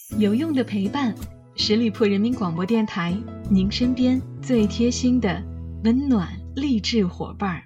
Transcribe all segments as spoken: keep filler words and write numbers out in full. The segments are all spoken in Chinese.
有用的陪伴，十里铺人民广播电台，您身边最贴心的温暖励志伙伴。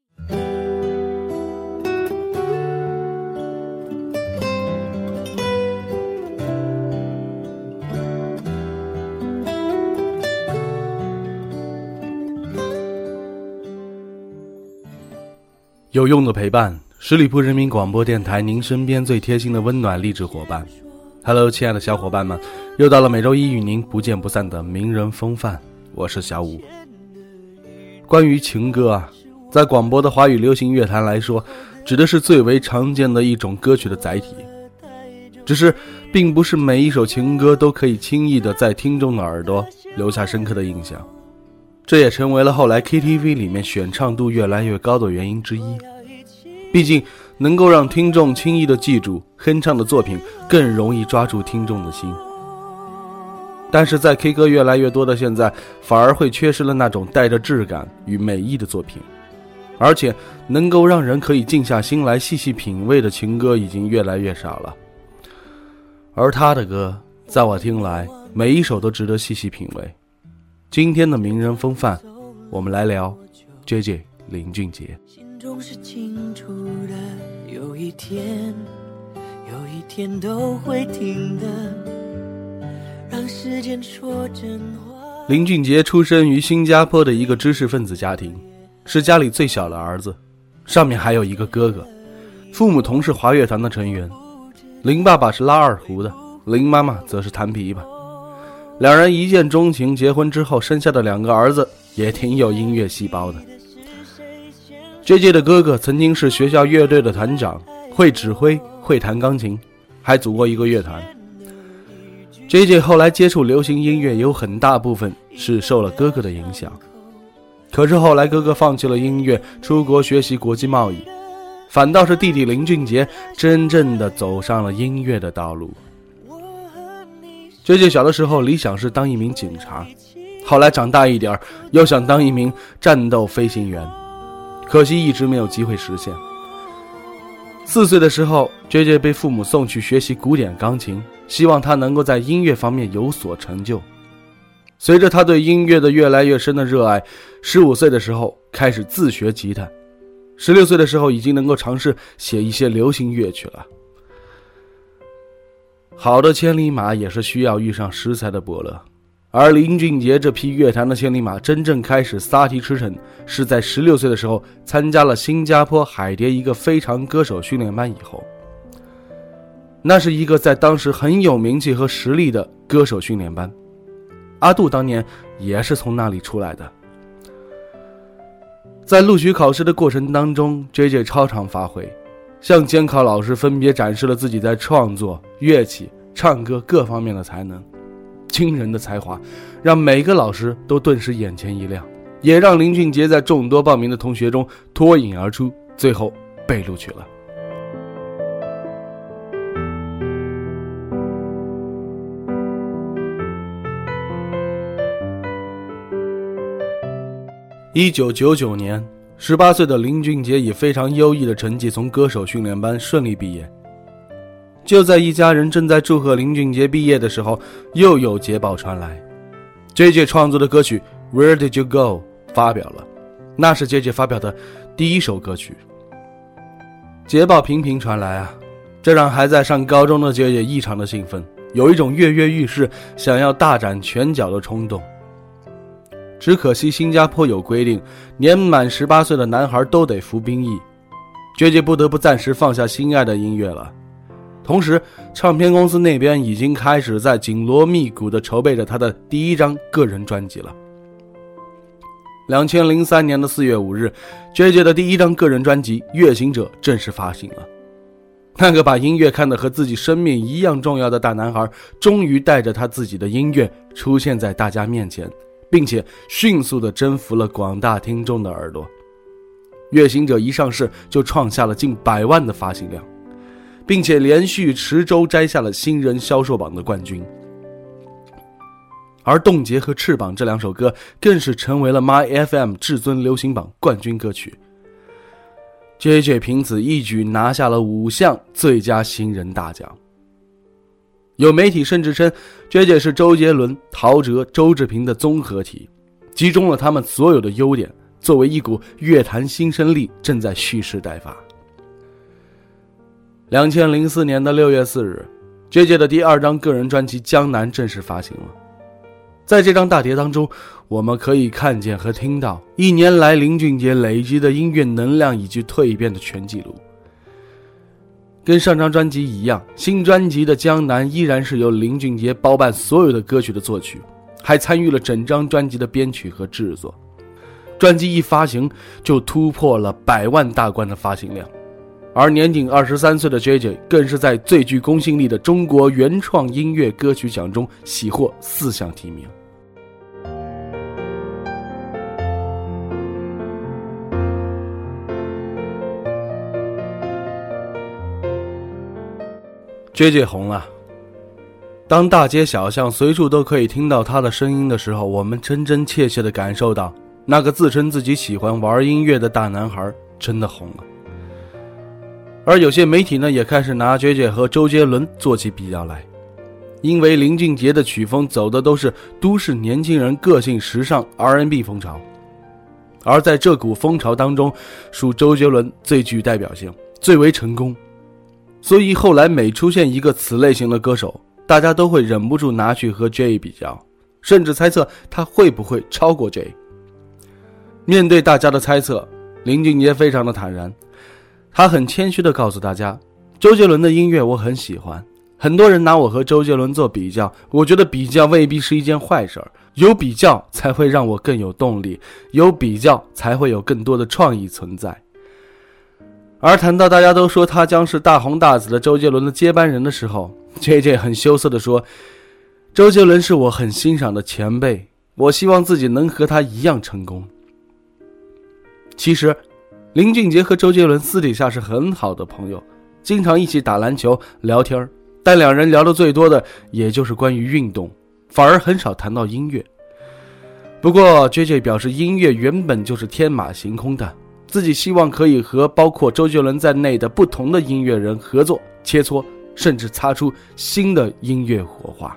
有用的陪伴，十里铺人民广播电台，您身边最贴心的温暖励志伙伴。Hello， 亲爱的小伙伴们，又到了每周一与您不见不散的名人风范，我是小五。关于情歌啊，在广播的华语流行乐坛来说，指的是最为常见的一种歌曲的载体。只是，并不是每一首情歌都可以轻易的在听众的耳朵留下深刻的印象。这也成为了后来 K T V 里面选唱度越来越高的原因之一。毕竟能够让听众轻易的记住哼唱的作品，更容易抓住听众的心。但是在 K 歌越来越多的现在，反而会缺失了那种带着质感与美意的作品，而且能够让人可以静下心来细细品味的情歌已经越来越少了。而他的歌，在我听来，每一首都值得细细品味。今天的名人风范，我们来聊 J J 林俊杰。 心中是清楚的，有一天有一天都会停的，让时间说真话。 林俊杰出生于新加坡的一个知识分子家庭，是家里最小的儿子，上面还有一个哥哥，父母同是华乐团的成员。林爸爸是拉二胡的，林妈妈则是弹琵琶。两人一见钟情，结婚之后生下的两个儿子也挺有音乐细胞的。J J 的哥哥曾经是学校乐队的团长，会指挥，会弹钢琴，还组过一个乐团。J J 后来接触流行音乐有很大部分是受了哥哥的影响，可是后来哥哥放弃了音乐，出国学习国际贸易，反倒是弟弟林俊杰真正的走上了音乐的道路。J J 小的时候理想是当一名警察，后来长大一点又想当一名战斗飞行员，可惜一直没有机会实现。四岁的时候 J J 被父母送去学习古典钢琴，希望他能够在音乐方面有所成就。随着他对音乐的越来越深的热爱，十五岁的时候开始自学吉他，十六岁的时候已经能够尝试写一些流行乐曲了。好的千里马也是需要遇上食材的伯乐，而林俊杰这匹乐坛的千里马真正开始撒蹄驰骋，是在十六岁的时候参加了新加坡海蝶一个非常歌手训练班以后。那是一个在当时很有名气和实力的歌手训练班，阿杜当年也是从那里出来的。在录取考试的过程当中 J J 超常发挥，向监考老师分别展示了自己在创作、乐器、唱歌各方面的才能。惊人的才华让每个老师都顿时眼前一亮，也让林俊杰在众多报名的同学中脱颖而出，最后被录取了。一九九九年，十八岁的林俊杰以非常优异的成绩从歌手训练班顺利毕业。就在一家人正在祝贺林俊杰毕业的时候，又有捷报传来。J J 创作的歌曲 Where Did You Go 发表了，那是 J J 发表的第一首歌曲。捷报频频传来啊，这让还在上高中的 J J 异常的兴奋，有一种跃跃欲试，想要大展拳脚的冲动。只可惜新加坡有规定，年满十八岁的男孩都得服兵役， J J 不得不暂时放下心爱的音乐了。同时唱片公司那边已经开始在紧锣密鼓地筹备着他的第一张个人专辑了。二零零三年的四月五日 J J 的第一张个人专辑《乐行者》正式发行了。那个把音乐看得和自己生命一样重要的大男孩，终于带着他自己的音乐出现在大家面前，并且迅速地征服了广大听众的耳朵。乐行者一上市就创下了近百万的发行量，并且连续十周摘下了新人销售榜的冠军。而冻结和翅膀这两首歌更是成为了 My F M 至尊流行榜冠军歌曲。 J J 凭此一举拿下了五项最佳新人大奖。 有媒体甚至称 J J 是周杰伦、陶喆、周志平的综合体，集中了他们所有的优点，作为一股乐坛新生力正在蓄势待发。二零零四年的六月四日， J J 的第二张个人专辑《江南》正式发行了。在这张大碟当中，我们可以看见和听到一年来林俊杰累积的音乐能量以及蜕变的全记录。跟上张专辑一样，新专辑的《江南》依然是由林俊杰包办所有的歌曲的作曲，还参与了整张专辑的编曲和制作。专辑一发行就突破了百万大关的发行量，而年仅二十三岁的 J J 更是在最具公信力的中国原创音乐歌曲奖中喜获四项提名。J J 红了，当大街小巷随处都可以听到他的声音的时候，我们真真切切地感受到那个自称自己喜欢玩音乐的大男孩真的红了。而有些媒体呢，也开始拿 J J 和周杰伦做起比较来，因为林俊杰的曲风走的都是都市年轻人个性时尚 R and B 风潮，而在这股风潮当中，属周杰伦最具代表性，最为成功。所以后来每出现一个此类型的歌手，大家都会忍不住拿去和 J 比较，甚至猜测他会不会超过 J。 面对大家的猜测，林俊杰非常的坦然，他很谦虚地告诉大家，周杰伦的音乐我很喜欢，很多人拿我和周杰伦做比较，我觉得比较未必是一件坏事，有比较才会让我更有动力，有比较才会有更多的创意存在。而谈到大家都说他将是大红大紫的周杰伦的接班人的时候， J J 很羞涩地说，周杰伦是我很欣赏的前辈，我希望自己能和他一样成功。其实林俊杰和周杰伦私底下是很好的朋友，经常一起打篮球聊天，但两人聊的最多的也就是关于运动，反而很少谈到音乐。不过 J J 表示，音乐原本就是天马行空的，自己希望可以和包括周杰伦在内的不同的音乐人合作切磋，甚至擦出新的音乐火花。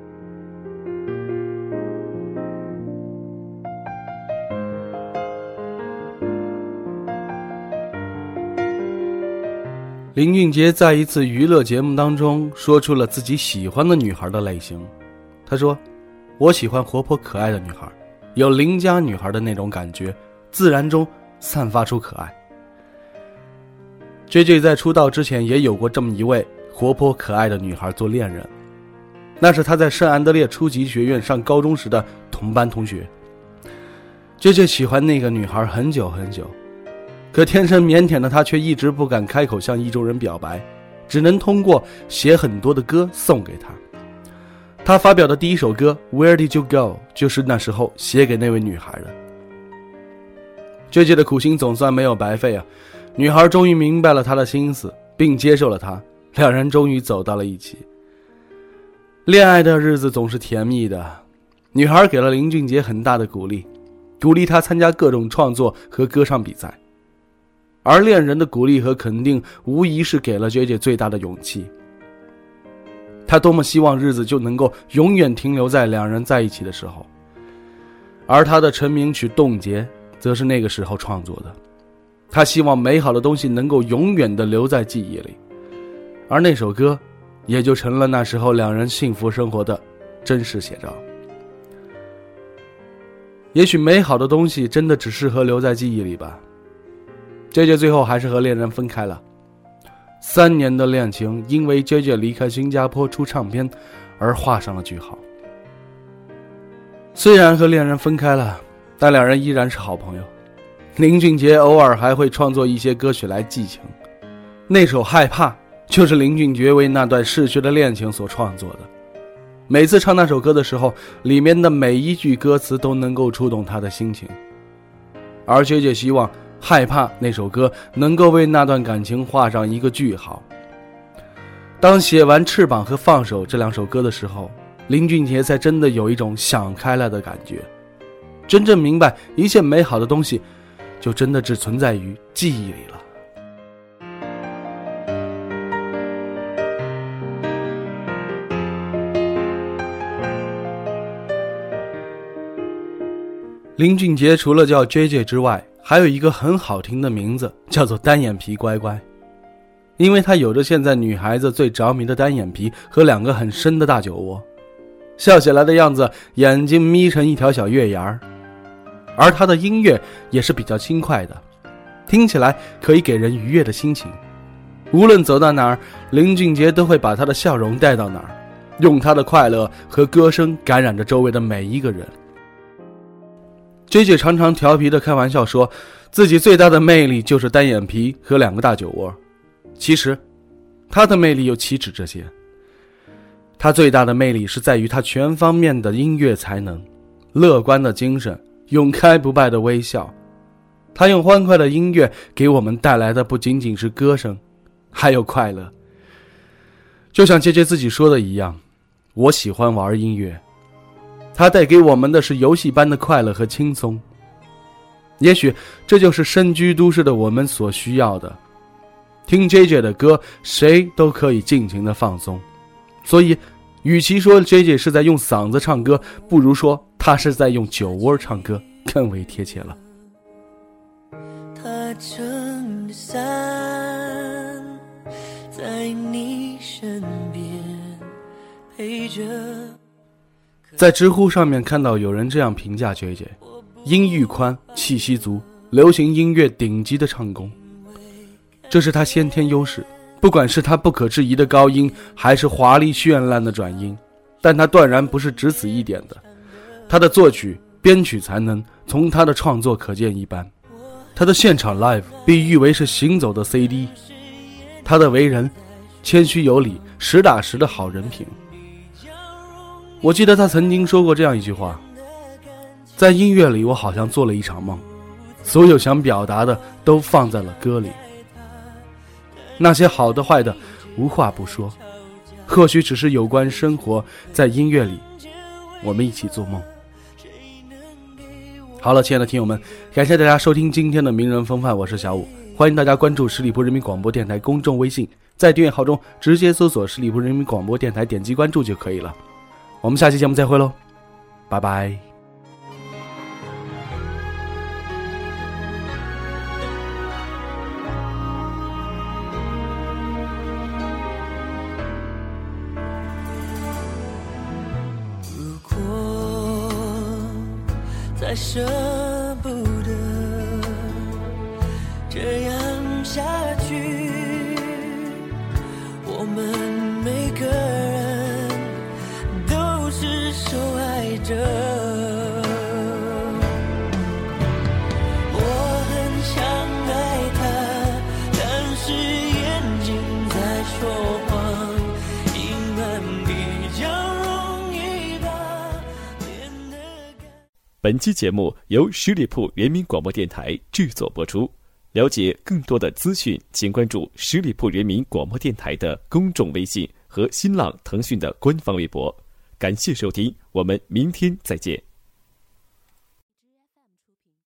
林俊杰在一次娱乐节目当中说出了自己喜欢的女孩的类型，他说，我喜欢活泼可爱的女孩，有邻家女孩的那种感觉，自然中散发出可爱。 J J 在出道之前也有过这么一位活泼可爱的女孩做恋人，那是他在圣安德烈初级学院上高中时的同班同学。 J J 喜欢那个女孩很久很久，可天生腼腆的他却一直不敢开口向意中人表白，只能通过写很多的歌送给她。他发表的第一首歌 Where Did You Go 就是那时候写给那位女孩的。 J J 的苦心总算没有白费啊，女孩终于明白了他的心思，并接受了他，两人终于走到了一起。恋爱的日子总是甜蜜的，女孩给了林俊杰很大的鼓励，鼓励他参加各种创作和歌唱比赛。而恋人的鼓励和肯定无疑是给了 J J 最大的勇气。他多么希望日子就能够永远停留在两人在一起的时候。而他的成名曲《冻结》则是那个时候创作的，他希望美好的东西能够永远地留在记忆里，而那首歌也就成了那时候两人幸福生活的真实写照。也许美好的东西真的只适合留在记忆里吧。 J J 最后还是和恋人分开了，三年的恋情因为 J J 离开新加坡出唱片而画上了句号。虽然和恋人分开了，但两人依然是好朋友。林俊杰偶尔还会创作一些歌曲来寄情，那首《害怕》就是林俊杰为那段逝去的恋情所创作的。每次唱那首歌的时候，里面的每一句歌词都能够触动他的心情。而 J J 希望《害怕》那首歌能够为那段感情画上一个句号。当写完《翅膀》和《放手》这两首歌的时候，林俊杰才真的有一种想开了的感觉，真正明白一切美好的东西就真的只存在于记忆里了。 林俊杰除了叫 J J 之外，还有一个很好听的名字，叫做单眼皮乖乖。因为他有着现在女孩子最着迷的单眼皮和两个很深的大酒窝，笑起来的样子眼睛眯成一条小月牙儿。而他的音乐也是比较轻快的，听起来可以给人愉悦的心情。无论走到哪儿，林俊杰都会把他的笑容带到哪儿，用他的快乐和歌声感染着周围的每一个人。J J 常常调皮地开玩笑说，自己最大的魅力就是单眼皮和两个大酒窝。其实他的魅力又岂止这些，他最大的魅力是在于他全方面的音乐才能，乐观的精神，永开不败的微笑。他用欢快的音乐给我们带来的不仅仅是歌声，还有快乐。就像J J自己说的一样，我喜欢玩音乐，它带给我们的是游戏般的快乐和轻松。也许这就是身居都市的我们所需要的。听 J J 的歌，谁都可以尽情的放松。所以与其说 J J 是在用嗓子唱歌，不如说他是在用酒窝唱歌，更为贴切了。 他撑着伞在你身边陪着。 在知乎上面看到有人这样评价 J J， 音域宽，气息足，流行音乐顶级的唱功。这是他先天优势，不管是他不可置疑的高音，还是华丽绚烂的转音，但他断然不是只此一点的。他的作曲编曲才能从他的创作可见一斑，他的现场 live 被誉为是行走的 C D， 他的为人谦虚有礼，实打实的好人品。我记得他曾经说过这样一句话，在音乐里我好像做了一场梦，所有想表达的都放在了歌里，那些好的坏的无话不说，或许只是有关生活，在音乐里我们一起做梦。好了，亲爱的听友们，感谢大家收听今天的名人风范，我是小武，欢迎大家关注十里铺人民广播电台公众微信，在订阅号中直接搜索十里铺人民广播电台，点击关注就可以了。我们下期节目再会喽，拜拜。 如果再舍不得这样下去，我们每个人都是受害者。我很想爱他，但是眼睛在说谎，隐瞒比较容易吧，变得本期节目由十里铺人民广播电台制作播出。了解更多的资讯，请关注十里铺人民广播电台的公众微信和新浪、腾讯的官方微博。感谢收听，我们明天再见。